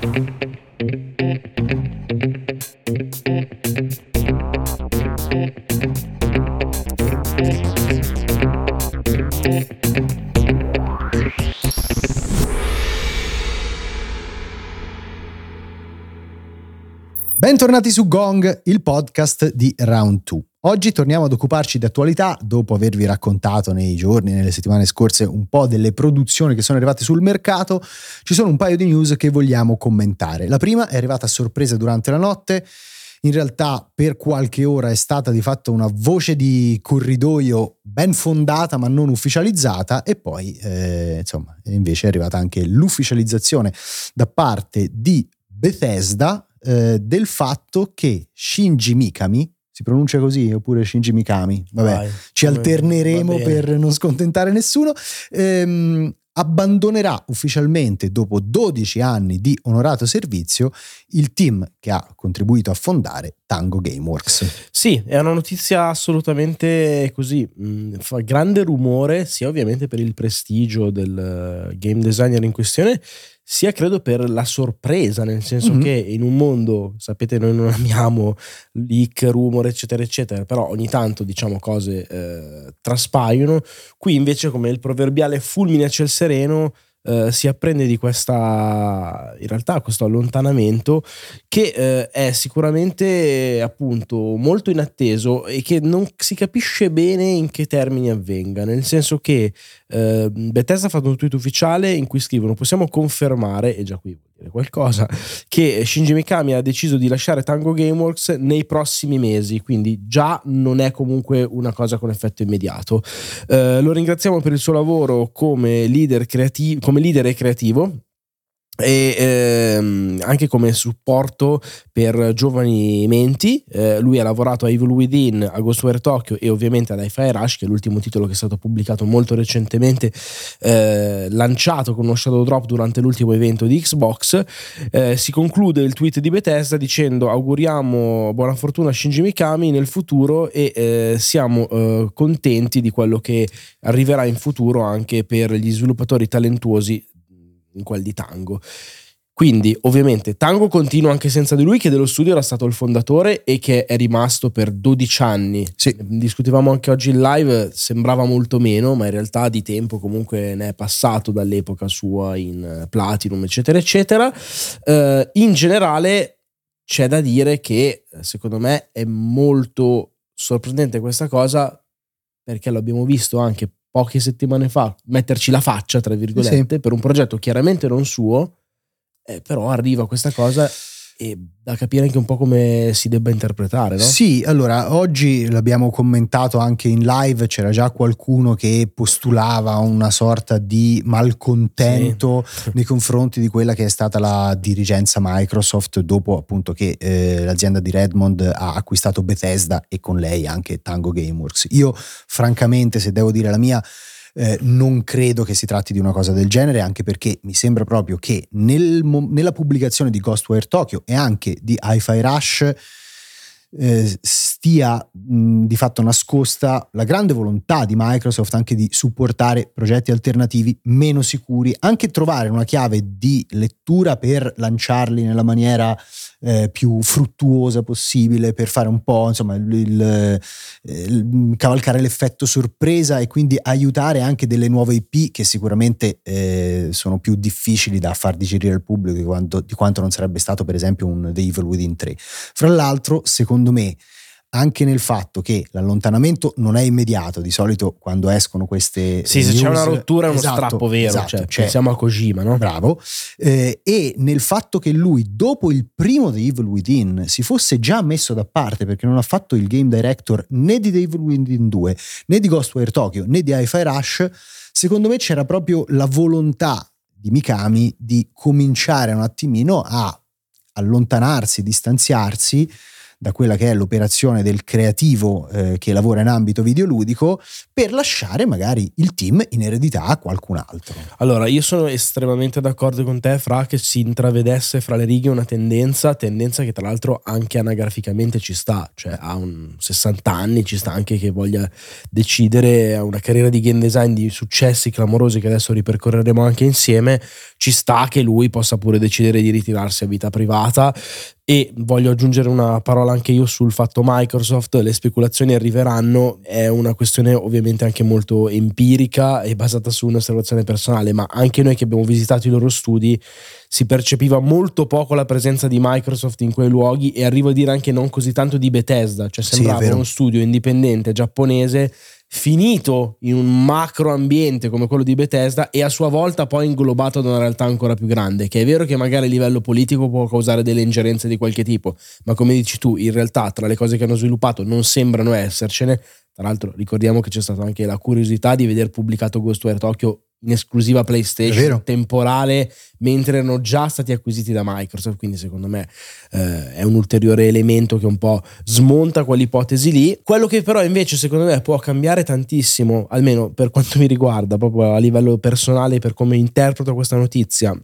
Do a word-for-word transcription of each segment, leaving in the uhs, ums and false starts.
Bentornati su Gong, il podcast di Round due. Oggi torniamo ad occuparci di attualità dopo avervi raccontato nei giorni, nelle settimane scorse un po' delle produzioni che sono arrivate sul mercato. Ci sono un paio di news che vogliamo commentare. La prima è arrivata a sorpresa durante la notte. In realtà per qualche ora è stata di fatto una voce di corridoio ben fondata ma non ufficializzata, e poi eh, insomma invece è arrivata anche l'ufficializzazione da parte di Bethesda eh, del fatto che Shinji Mikami, si pronuncia così oppure Shinji Mikami? Vabbè, Vai, ci alterneremo per non scontentare nessuno. Ehm, abbandonerà ufficialmente dopo dodici anni di onorato servizio il team che ha contribuito a fondare Tango Gameworks. Sì, è una notizia assolutamente così, mh, fa grande rumore sia ovviamente per il prestigio del uh, game designer in questione, sia credo per la sorpresa, nel senso mm-hmm. che in un mondo, sapete, noi non amiamo leak, rumore eccetera eccetera, però ogni tanto diciamo cose eh, traspaiono. Qui invece, come il proverbiale fulmine a ciel sereno, Uh, si apprende di questa, in realtà questo allontanamento che uh, è sicuramente appunto molto inatteso e che non si capisce bene in che termini avvenga, nel senso che uh, Bethesda ha fatto un tweet ufficiale in cui scrivono: possiamo confermare, e già qui vuol dire qualcosa, che Shinji Mikami ha deciso di lasciare Tango Gameworks nei prossimi mesi, quindi già non è comunque una cosa con effetto immediato. Uh, lo ringraziamo per il suo lavoro come leader creativo, come leader e creativo, e ehm, anche come supporto per giovani menti. Eh, lui ha lavorato a Evil Within, a Ghostwire Tokyo e ovviamente ad Hi-Fi Rush, che è l'ultimo titolo che è stato pubblicato molto recentemente, eh, lanciato con uno shadow drop durante l'ultimo evento di Xbox. Eh, si conclude il tweet di Bethesda dicendo: auguriamo buona fortuna a Shinji Mikami nel futuro e eh, siamo eh, contenti di quello che arriverà in futuro anche per gli sviluppatori talentuosi in quel di Tango. Quindi ovviamente Tango continua anche senza di lui, che dello studio era stato il fondatore e che è rimasto per dodici anni. Sì. Discutevamo anche oggi in live, sembrava molto meno, ma in realtà di tempo comunque ne è passato dall'epoca sua in Platinum eccetera eccetera. Uh, in generale c'è da dire che secondo me è molto sorprendente questa cosa, perché l'abbiamo visto anche poche settimane fa metterci la faccia tra virgolette sì. per un progetto chiaramente non suo, eh, però arriva questa cosa e da capire anche un po' come si debba interpretare, no? Sì, allora oggi l'abbiamo commentato anche in live, c'era già qualcuno che postulava una sorta di malcontento sì. nei confronti di quella che è stata la dirigenza Microsoft dopo appunto che eh, l'azienda di Redmond ha acquistato Bethesda e con lei anche Tango Gameworks. Io francamente, se devo dire la mia, Eh, non credo che si tratti di una cosa del genere, anche perché mi sembra proprio che nel, nella pubblicazione di Ghostwire Tokyo e anche di Hi-Fi Rush eh, stia mh, di fatto nascosta la grande volontà di Microsoft anche di supportare progetti alternativi meno sicuri, anche trovare una chiave di lettura per lanciarli nella maniera eh, più fruttuosa possibile, per fare un po' insomma il, il, il cavalcare l'effetto sorpresa e quindi aiutare anche delle nuove I P che sicuramente eh, sono più difficili da far digerire al pubblico di quanto, di quanto non sarebbe stato per esempio un The Evil Within tre. Fra l'altro, secondo me, anche nel fatto che l'allontanamento non è immediato, di solito quando escono queste sì, news, se c'è una rottura è uno esatto, strappo vero, esatto, cioè, cioè, pensiamo a Kojima, no? Bravo, eh, e nel fatto che lui dopo il primo The Evil Within si fosse già messo da parte perché non ha fatto il game director né di The Evil Within due né di Ghostwire Tokyo né di Hi-Fi Rush, secondo me c'era proprio la volontà di Mikami di cominciare un attimino a allontanarsi, distanziarsi da quella che è l'operazione del creativo eh, che lavora in ambito videoludico, per lasciare magari il team in eredità a qualcun altro. Allora, io sono estremamente d'accordo con te, Fra, che si intravedesse fra le righe una tendenza, tendenza che tra l'altro anche anagraficamente ci sta, cioè ha un sessanta anni, ci sta anche che voglia decidere una carriera di game design di successi clamorosi che adesso ripercorreremo anche insieme, ci sta che lui possa pure decidere di ritirarsi a vita privata. E voglio aggiungere una parola anche io sul fatto Microsoft, le speculazioni arriveranno, è una questione ovviamente anche molto empirica e basata su un'osservazione personale, ma anche noi che abbiamo visitato i loro studi si percepiva molto poco la presenza di Microsoft in quei luoghi, e arrivo a dire anche non così tanto di Bethesda, cioè sembrava sì, uno studio indipendente giapponese finito in un macro ambiente come quello di Bethesda e a sua volta poi inglobato da una realtà ancora più grande, che è vero che magari a livello politico può causare delle ingerenze di qualche tipo, ma come dici tu, in realtà tra le cose che hanno sviluppato non sembrano essercene. Tra l'altro ricordiamo che c'è stata anche la curiosità di veder pubblicato Ghostwire Tokyo in esclusiva PlayStation temporale, mentre erano già stati acquisiti da Microsoft, quindi secondo me eh, è un ulteriore elemento che un po' smonta quell'ipotesi lì. Quello che però invece secondo me può cambiare tantissimo, almeno per quanto mi riguarda, proprio a livello personale, per come interpreto questa notizia,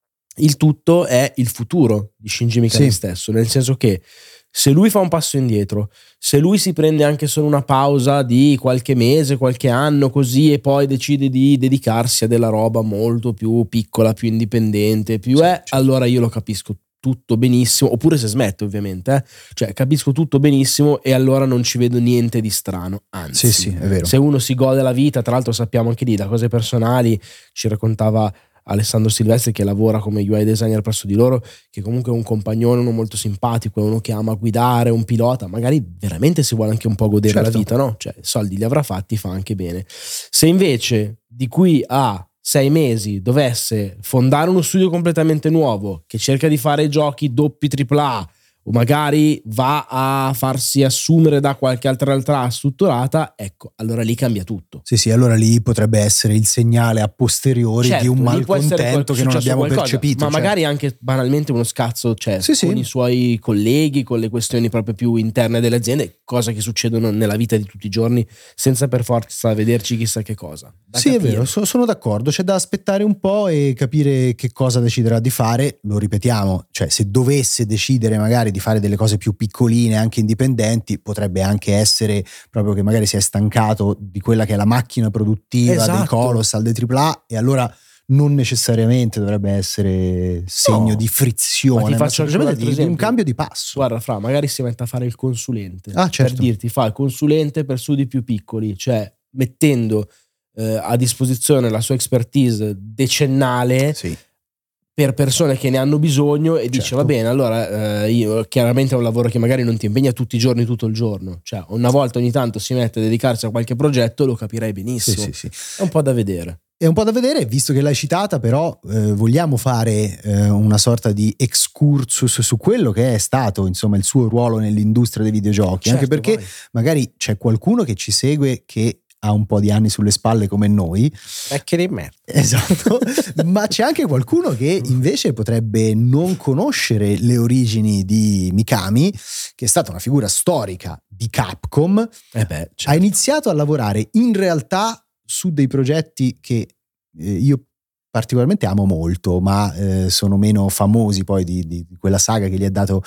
il tutto è il futuro di Shinji Mikami sì. stesso, nel senso che se lui fa un passo indietro, se lui si prende anche solo una pausa di qualche mese, qualche anno così, e poi decide di dedicarsi a della roba molto più piccola, più indipendente, più sì, è, certo. allora io lo capisco tutto benissimo, oppure se smette ovviamente, eh? Cioè capisco tutto benissimo e allora non ci vedo niente di strano, anzi, sì, sì, è vero. Se uno si gode la vita, tra l'altro sappiamo anche lì da cose personali, ci raccontava Alessandro Silvestri che lavora come U I designer presso di loro, che comunque è un compagnone, uno molto simpatico, è uno che ama guidare, un pilota, magari veramente si vuole anche un po' godere certo. la vita, no? Cioè soldi li avrà fatti, fa anche bene. Se invece di qui a sei mesi dovesse fondare uno studio completamente nuovo che cerca di fare giochi doppi tripla A, o magari va a farsi assumere da qualche altra realtà strutturata, ecco, allora lì cambia tutto. Sì, sì, allora lì potrebbe essere il segnale a posteriori certo, di un malcontento che non abbiamo qualcosa, percepito. Ma certo. magari anche banalmente uno scazzo c'è sì, con sì. i suoi colleghi, con le questioni proprio più interne delle aziende, cose che succedono nella vita di tutti i giorni, senza per forza vederci chissà che cosa. Da sì, capire. È vero, sono, sono d'accordo, c'è da aspettare un po' e capire che cosa deciderà di fare. Lo ripetiamo, cioè se dovesse decidere magari di fare delle cose più piccoline, anche indipendenti, potrebbe anche essere proprio che magari si è stancato di quella che è la macchina produttiva esatto. dei Colossal, dei tripla A, e allora non necessariamente dovrebbe essere segno no. di frizione, ma ti faccio ma semplicemente di, di un cambio di passo. Guarda Fra, magari si mette a fare il consulente, ah, certo. per dirti fa il consulente per studi più piccoli, cioè mettendo eh, a disposizione la sua expertise decennale sì. per persone che ne hanno bisogno, e certo. dice va bene, allora eh, io chiaramente è un lavoro che magari non ti impegna tutti i giorni tutto il giorno, cioè una volta ogni tanto si mette a dedicarsi a qualche progetto, lo capirei benissimo. Sì, sì, sì. È un po' da vedere. È un po' da vedere, visto che l'hai citata, però eh, vogliamo fare eh, una sorta di excursus su quello che è stato insomma il suo ruolo nell'industria dei videogiochi, certo, anche perché vai. Magari c'è qualcuno che ci segue che ha un po' di anni sulle spalle come noi, vecchie di merda. Esatto. Ma c'è anche qualcuno che invece potrebbe non conoscere le origini di Mikami, che è stata una figura storica di Capcom. Eh beh, certo. Ha iniziato a lavorare in realtà su dei progetti che eh, io particolarmente amo molto, ma eh, sono meno famosi poi di, di quella saga che gli ha dato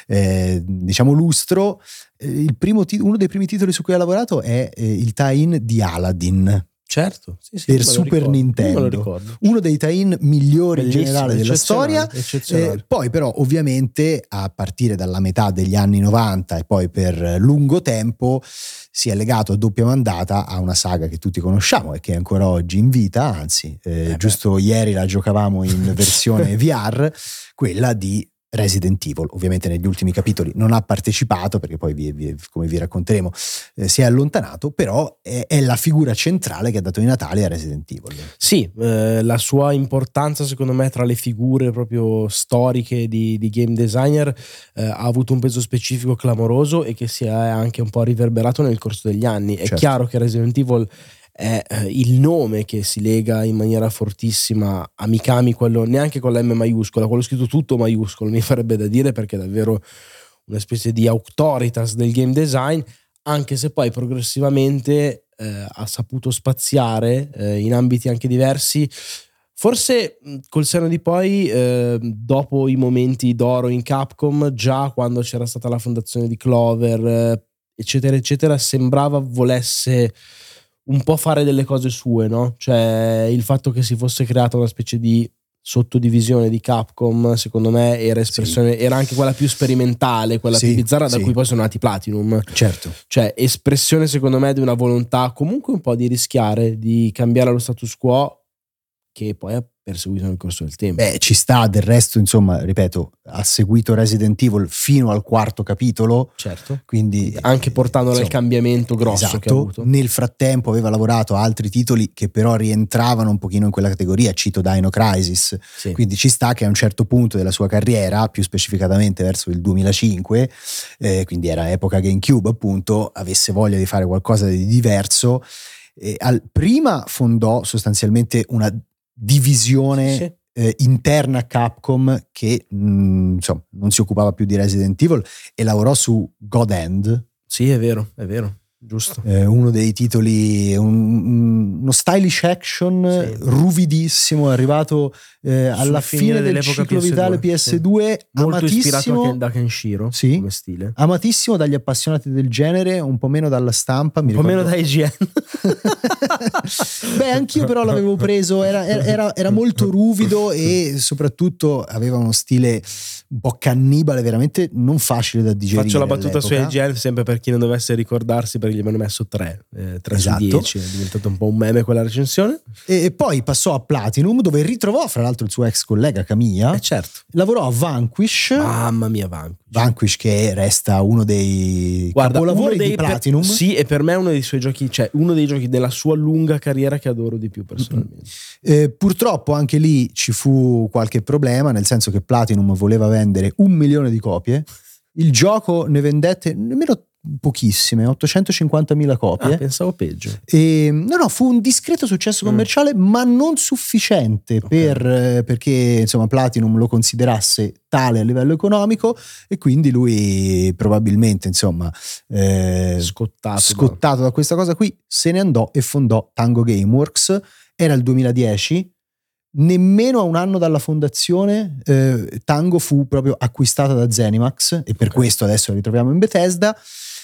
eh, diciamo lustro. Eh, il primo tit- uno dei primi titoli su cui ha lavorato è eh, il tie-in di Aladdin. Certo, sì, sì, per Super Nintendo, uno dei tie-in migliori in generale della storia. Eh, poi però ovviamente a partire dalla metà degli anni novanta e poi per lungo tempo si è legato a doppia mandata a una saga che tutti conosciamo e che è ancora oggi in vita, anzi eh, eh giusto ieri la giocavamo in versione V R, quella di Resident Evil. Ovviamente negli ultimi capitoli non ha partecipato perché poi vi, vi, come vi racconteremo eh, si è allontanato, però è, è la figura centrale che ha dato i natali a Resident Evil. Sì, eh, la sua importanza secondo me tra le figure proprio storiche di, di game designer eh, ha avuto un peso specifico clamoroso e che si è anche un po' riverberato nel corso degli anni. È certo. chiaro che Resident Evil è il nome che si lega in maniera fortissima a Mikami, quello neanche con la M maiuscola, quello scritto tutto maiuscolo, mi farebbe da dire, perché è davvero una specie di auctoritas del game design, anche se poi progressivamente eh, ha saputo spaziare eh, in ambiti anche diversi. Forse col senno di poi, eh, dopo i momenti d'oro in Capcom, già quando c'era stata la fondazione di Clover, eh, eccetera, eccetera, sembrava volesse un po' fare delle cose sue, no? Cioè il fatto che si fosse creata una specie di sottodivisione di Capcom, secondo me era espressione, sì. Era anche quella più sperimentale, quella sì, più bizzarra, da sì. cui poi sono nati Platinum. Certo. Cioè espressione secondo me di una volontà comunque un po' di rischiare, di cambiare lo status quo, che poi ha perseguito nel corso del tempo. Beh, ci sta, del resto, insomma, ripeto, ha seguito Resident Evil fino al quarto capitolo. Certo. Quindi anche portandolo al cambiamento grosso, esatto, che ha avuto. Nel frattempo aveva lavorato a altri titoli che però rientravano un pochino in quella categoria, cito Dino Crisis. Sì. Quindi ci sta che a un certo punto della sua carriera, più specificatamente verso il duemilacinque, eh, quindi era epoca GameCube appunto, avesse voglia di fare qualcosa di diverso. Eh, al, prima fondò sostanzialmente una divisione sì. eh, interna a Capcom che mh, insomma non si occupava più di Resident Evil e lavorò su God Hand. Sì, è vero, è vero, giusto. Eh, uno dei titoli, un, uno stylish action sì. ruvidissimo, arrivato eh, alla fine, fine del ciclo P S due, vitale P S due, sì. Molto ispirato da Kenshiro, sì, come stile. Amatissimo dagli appassionati del genere, un po' meno dalla stampa, un mi po' ricordo... meno da I G N. Beh, anch'io però l'avevo preso, era, era, era molto ruvido e soprattutto aveva uno stile un po' cannibale, veramente non facile da digerire. Faccio la battuta all'epoca. su I G N sempre per chi non dovesse ricordarsi, perché gli hanno messo tre, eh, tre esatto. su dieci, è diventato un po' un meme quella recensione. E, e poi passò a Platinum, dove ritrovò fra l'altro il suo ex collega Kamiya. Eh certo. Lavorò a Vanquish. Mamma mia, Vanquish. Vanquish che resta uno dei Guarda, capolavori uno dei, di Platinum. Per, sì, e per me è uno dei suoi giochi, cioè uno dei giochi della sua lunga carriera che adoro di più personalmente. Eh, purtroppo anche lì ci fu qualche problema, nel senso che Platinum voleva vendere un milione di copie. Il gioco ne vendette nemmeno pochissime, ottocentocinquantamila copie. Ah, pensavo peggio. E, no, no, fu un discreto successo commerciale, mm. ma non sufficiente okay. per, eh, perché insomma Platinum lo considerasse tale a livello economico e quindi lui probabilmente insomma eh, scottato, scottato da questa cosa qui se ne andò e fondò Tango Gameworks. Era il duemiladieci. Nemmeno a un anno dalla fondazione eh, Tango fu proprio acquistata da Zenimax e per okay. questo adesso la ritroviamo in Bethesda.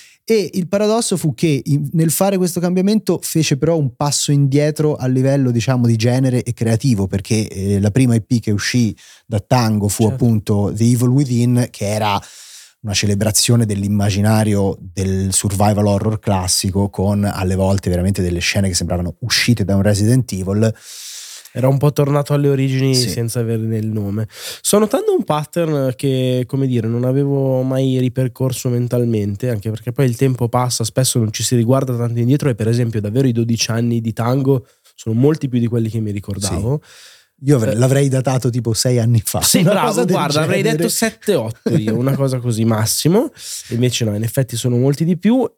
E il paradosso fu che in, nel fare questo cambiamento fece però un passo indietro a livello diciamo di genere e creativo, perché eh, la prima I P che uscì da Tango fu certo. appunto The Evil Within, che era una celebrazione dell'immaginario del survival horror classico, con alle volte veramente delle scene che sembravano uscite da un Resident Evil. Era un po' tornato alle origini sì. senza averne il nome. Sto notando un pattern che, come dire, non avevo mai ripercorso mentalmente, anche perché poi il tempo passa, spesso non ci si riguarda tanto indietro, e per esempio davvero i dodici anni di Tango sono molti più di quelli che mi ricordavo. Sì. Io avrei, l'avrei datato tipo sei anni fa. Sì, bravo, guarda, avrei detto sette otto io, una cosa così massimo. Invece no, in effetti sono molti di più.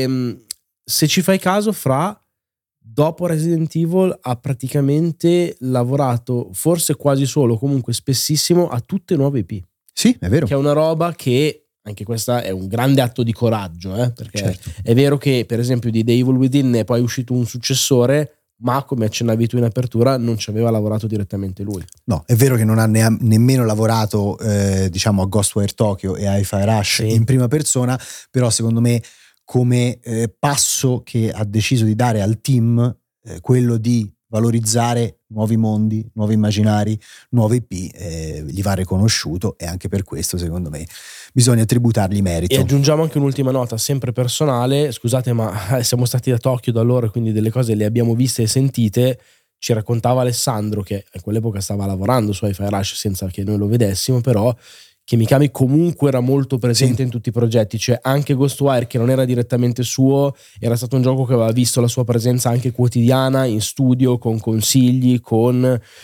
E se ci fai caso, fra... dopo Resident Evil ha praticamente lavorato forse quasi solo, comunque spessissimo, a tutte nuove I P. Sì, è vero. Che è una roba che, anche questa è un grande atto di coraggio, eh? Perché certo. è vero che per esempio di The Evil Within è poi uscito un successore, ma come accennavi tu in apertura non ci aveva lavorato direttamente lui. No, è vero che non ha ne- nemmeno lavorato eh, diciamo a Ghostwire Tokyo e a Hi-Fi Rush sì. in prima persona, però secondo me come eh, passo che ha deciso di dare al team, eh, quello di valorizzare nuovi mondi, nuovi immaginari, nuove I P, eh, gli va riconosciuto, e anche per questo secondo me bisogna tributargli merito. E aggiungiamo anche un'ultima nota sempre personale, scusate ma siamo stati a Tokyo da allora, quindi delle cose le abbiamo viste e sentite. Ci raccontava Alessandro, che a quell'epoca stava lavorando su Hi-Fi Rush senza che noi lo vedessimo, però che Mikami comunque era molto presente sì. in tutti i progetti, cioè anche Ghostwire, che non era direttamente suo, era stato un gioco che aveva visto la sua presenza anche quotidiana in studio, con consigli, con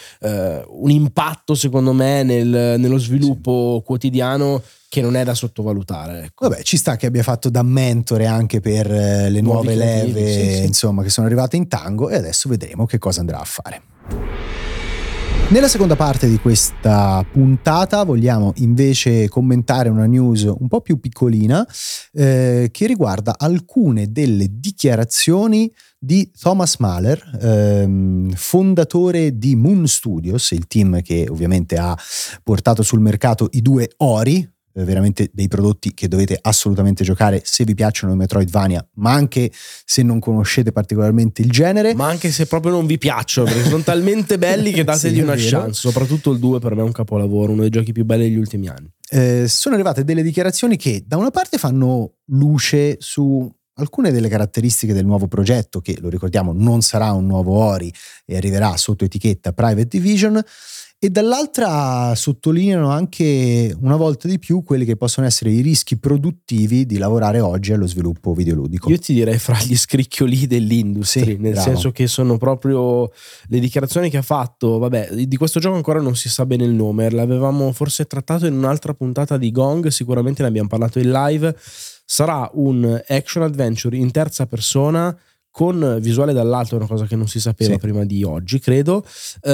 eh, un impatto secondo me nel, nello sviluppo sì. quotidiano che non è da sottovalutare, ecco. Vabbè, ci sta che abbia fatto da mentore anche per eh, le nuove leve sì, sì. insomma che sono arrivate in Tango, e adesso vedremo che cosa andrà a fare. Nella seconda parte di questa puntata vogliamo invece commentare una news un po' più piccolina eh, che riguarda alcune delle dichiarazioni di Thomas Mahler, ehm, fondatore di Moon Studios, il team che ovviamente ha portato sul mercato i due Ori, veramente dei prodotti che dovete assolutamente giocare se vi piacciono i Metroidvania, ma anche se non conoscete particolarmente il genere, ma anche se proprio non vi piacciono, perché sono talmente belli che dategli sì, una chance. Soprattutto il due per me è un capolavoro, uno dei giochi più belli degli ultimi anni. Eh, sono arrivate delle dichiarazioni che da una parte fanno luce su alcune delle caratteristiche del nuovo progetto, che lo ricordiamo non sarà un nuovo Ori e arriverà sotto etichetta Private Division, e dall'altra sottolineano anche una volta di più quelli che possono essere i rischi produttivi di lavorare oggi allo sviluppo videoludico. Io ti direi fra gli scricchioli dell'industria, sì, nel bravo. senso che sono proprio le dichiarazioni che ha fatto. Vabbè, di questo gioco ancora non si sa bene il nome, l'avevamo forse trattato in un'altra puntata di Gong, sicuramente ne abbiamo parlato in live. Sarà un action adventure in terza persona con visuale dall'alto, una cosa che non si sapeva sì. prima di oggi, credo.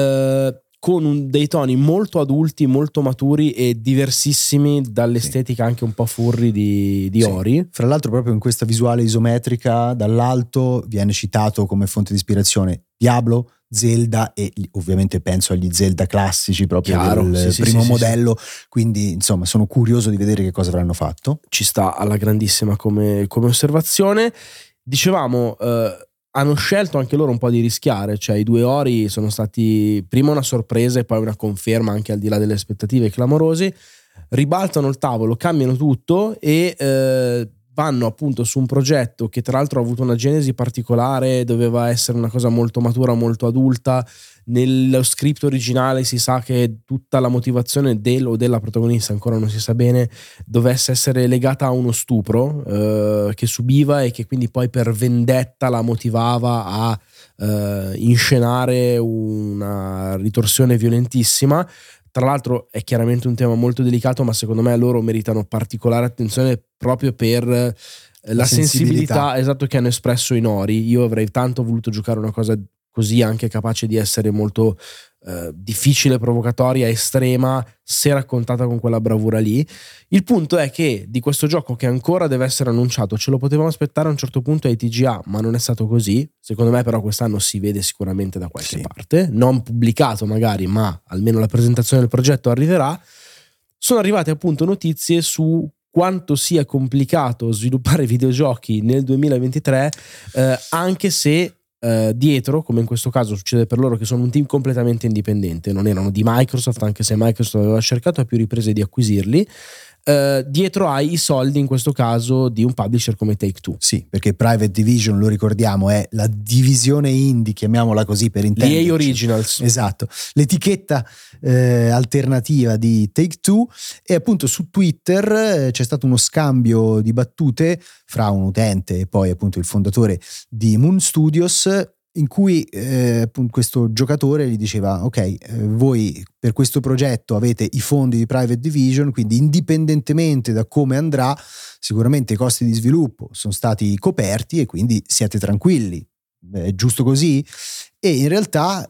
Eh, con un, dei toni molto adulti, molto maturi e diversissimi dall'estetica sì. anche un po' furri di, di sì. Ori. Fra l'altro proprio in questa visuale isometrica dall'alto viene citato come fonte di ispirazione Diablo, Zelda e ovviamente penso agli Zelda classici proprio Chiaro, del sì, primo sì, modello, sì, sì. Quindi insomma sono curioso di vedere che cosa avranno fatto. Ci sta alla grandissima come, come osservazione. Dicevamo... Eh, hanno scelto anche loro un po' di rischiare, cioè i due Ori sono stati prima una sorpresa e poi una conferma anche al di là delle aspettative clamorose, ribaltano il tavolo, cambiano tutto e eh, vanno appunto su un progetto che tra l'altro ha avuto una genesi particolare, doveva essere una cosa molto matura, molto adulta. Nello script originale si sa che tutta la motivazione del o della protagonista, ancora non si sa bene, dovesse essere legata a uno stupro eh, che subiva e che quindi poi per vendetta la motivava a eh, inscenare una ritorsione violentissima. Tra l'altro è chiaramente un tema molto delicato, ma secondo me loro meritano particolare attenzione proprio per la, la sensibilità, sensibilità esatto che hanno espresso in Ori. Io avrei tanto voluto giocare una cosa così, anche capace di essere molto eh, difficile, provocatoria, estrema, se raccontata con quella bravura lì. Il punto è che di questo gioco che ancora deve essere annunciato ce lo potevamo aspettare a un certo punto ai T G A, ma non è stato così. Secondo me però quest'anno si vede sicuramente da qualche sì. parte, non pubblicato magari, ma almeno la presentazione del progetto arriverà. Sono arrivate appunto notizie su quanto sia complicato sviluppare videogiochi nel duemilaventitré, eh, anche se Uh, dietro, come in questo caso succede per loro che sono un team completamente indipendente, non erano di Microsoft, anche se Microsoft aveva cercato a più riprese di acquisirli. Uh, dietro hai i soldi in questo caso di un publisher come Take-Two. Sì, perché Private Division, lo ricordiamo, è la divisione indie, chiamiamola così per intenderci. L'E A Originals. Esatto, l'etichetta eh, alternativa di Take-Two. E appunto su Twitter eh, c'è stato uno scambio di battute fra un utente e poi appunto il fondatore di Moon Studios, in cui eh, questo giocatore gli diceva ok, eh, voi per questo progetto avete i fondi di Private Division, quindi indipendentemente da come andrà sicuramente i costi di sviluppo sono stati coperti e quindi siete tranquilli, è giusto così? E in realtà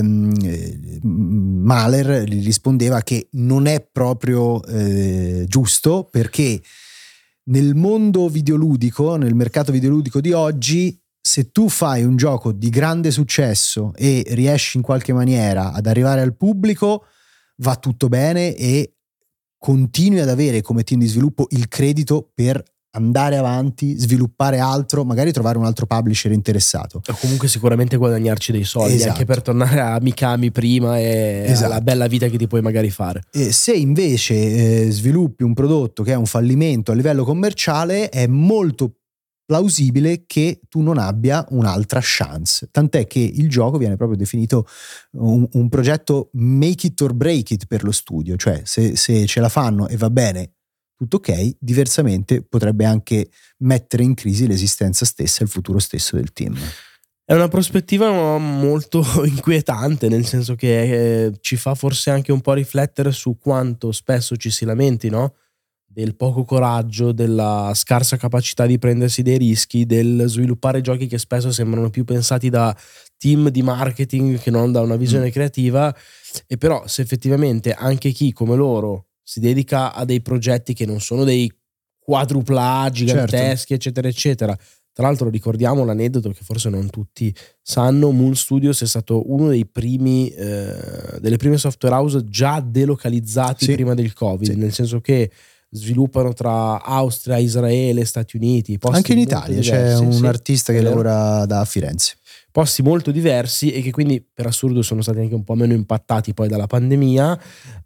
ehm, Mahler gli rispondeva che non è proprio eh, giusto, perché nel mondo videoludico, nel mercato videoludico di oggi, se tu fai un gioco di grande successo e riesci in qualche maniera ad arrivare al pubblico, va tutto bene e continui ad avere come team di sviluppo il credito per andare avanti, sviluppare altro, magari trovare un altro publisher interessato. O comunque sicuramente guadagnarci dei soldi, esatto. anche per tornare a Mikami prima e esatto. alla bella vita che ti puoi magari fare. E se invece eh, sviluppi un prodotto che è un fallimento a livello commerciale, è molto plausibile che tu non abbia un'altra chance, tant'è che il gioco viene proprio definito un, un progetto make it or break it per lo studio, cioè se, se ce la fanno e va bene tutto ok, diversamente potrebbe anche mettere in crisi l'esistenza stessa e il futuro stesso del team. È una prospettiva molto inquietante, nel senso che eh, ci fa forse anche un po' riflettere su quanto spesso ci si lamenti, no? Del poco coraggio, della scarsa capacità di prendersi dei rischi, del sviluppare giochi che spesso sembrano più pensati da team di marketing che non dà una visione mm. creativa. E però se effettivamente anche chi come loro si dedica a dei progetti che non sono dei quadrupla giganteschi, certo. eccetera eccetera. Tra l'altro ricordiamo l'aneddoto che forse non tutti sanno: Moon Studios è stato uno dei primi eh, delle prime software house già delocalizzati sì. prima del Covid, sì. nel senso che sviluppano tra Austria, Israele, Stati Uniti, posti anche in Italia diversi. C'è un sì, artista che lavora da Firenze, posti molto diversi, e che quindi per assurdo sono stati anche un po' meno impattati poi dalla pandemia.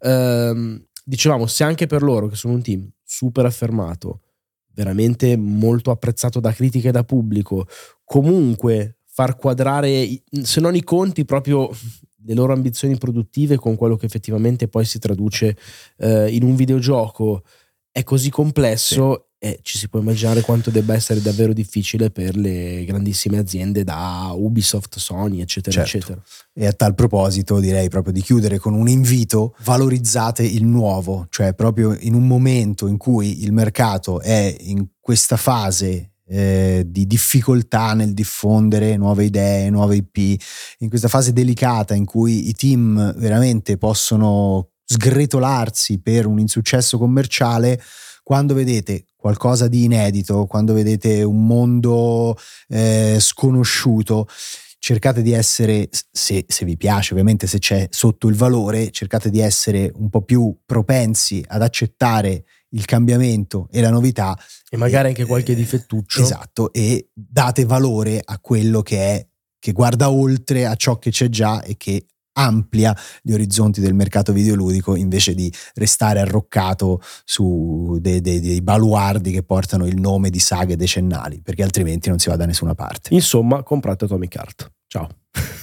Ehm, dicevamo, se anche per loro, che sono un team super affermato, veramente molto apprezzato da critica e da pubblico, comunque far quadrare, se non i conti, proprio le loro ambizioni produttive con quello che effettivamente poi si traduce eh, in un videogioco, è così complesso, sì. e ci si può immaginare quanto debba essere davvero difficile per le grandissime aziende da Ubisoft, Sony, eccetera, certo. eccetera. E a tal proposito direi proprio di chiudere con un invito: valorizzate il nuovo, cioè proprio in un momento in cui il mercato è in questa fase eh, di difficoltà nel diffondere nuove idee, nuove I P, in questa fase delicata in cui i team veramente possono sgretolarsi per un insuccesso commerciale, quando vedete qualcosa di inedito, quando vedete un mondo eh, sconosciuto, cercate di essere, se, se vi piace ovviamente, se c'è sotto il valore, cercate di essere un po' più propensi ad accettare il cambiamento e la novità, e magari e, anche qualche difettuccio. Esatto, e date valore a quello che è, che guarda oltre a ciò che c'è già e che amplia gli orizzonti del mercato videoludico, invece di restare arroccato su dei, dei, dei baluardi che portano il nome di saghe decennali, perché altrimenti non si va da nessuna parte. Insomma, comprate Atomic Heart. Ciao.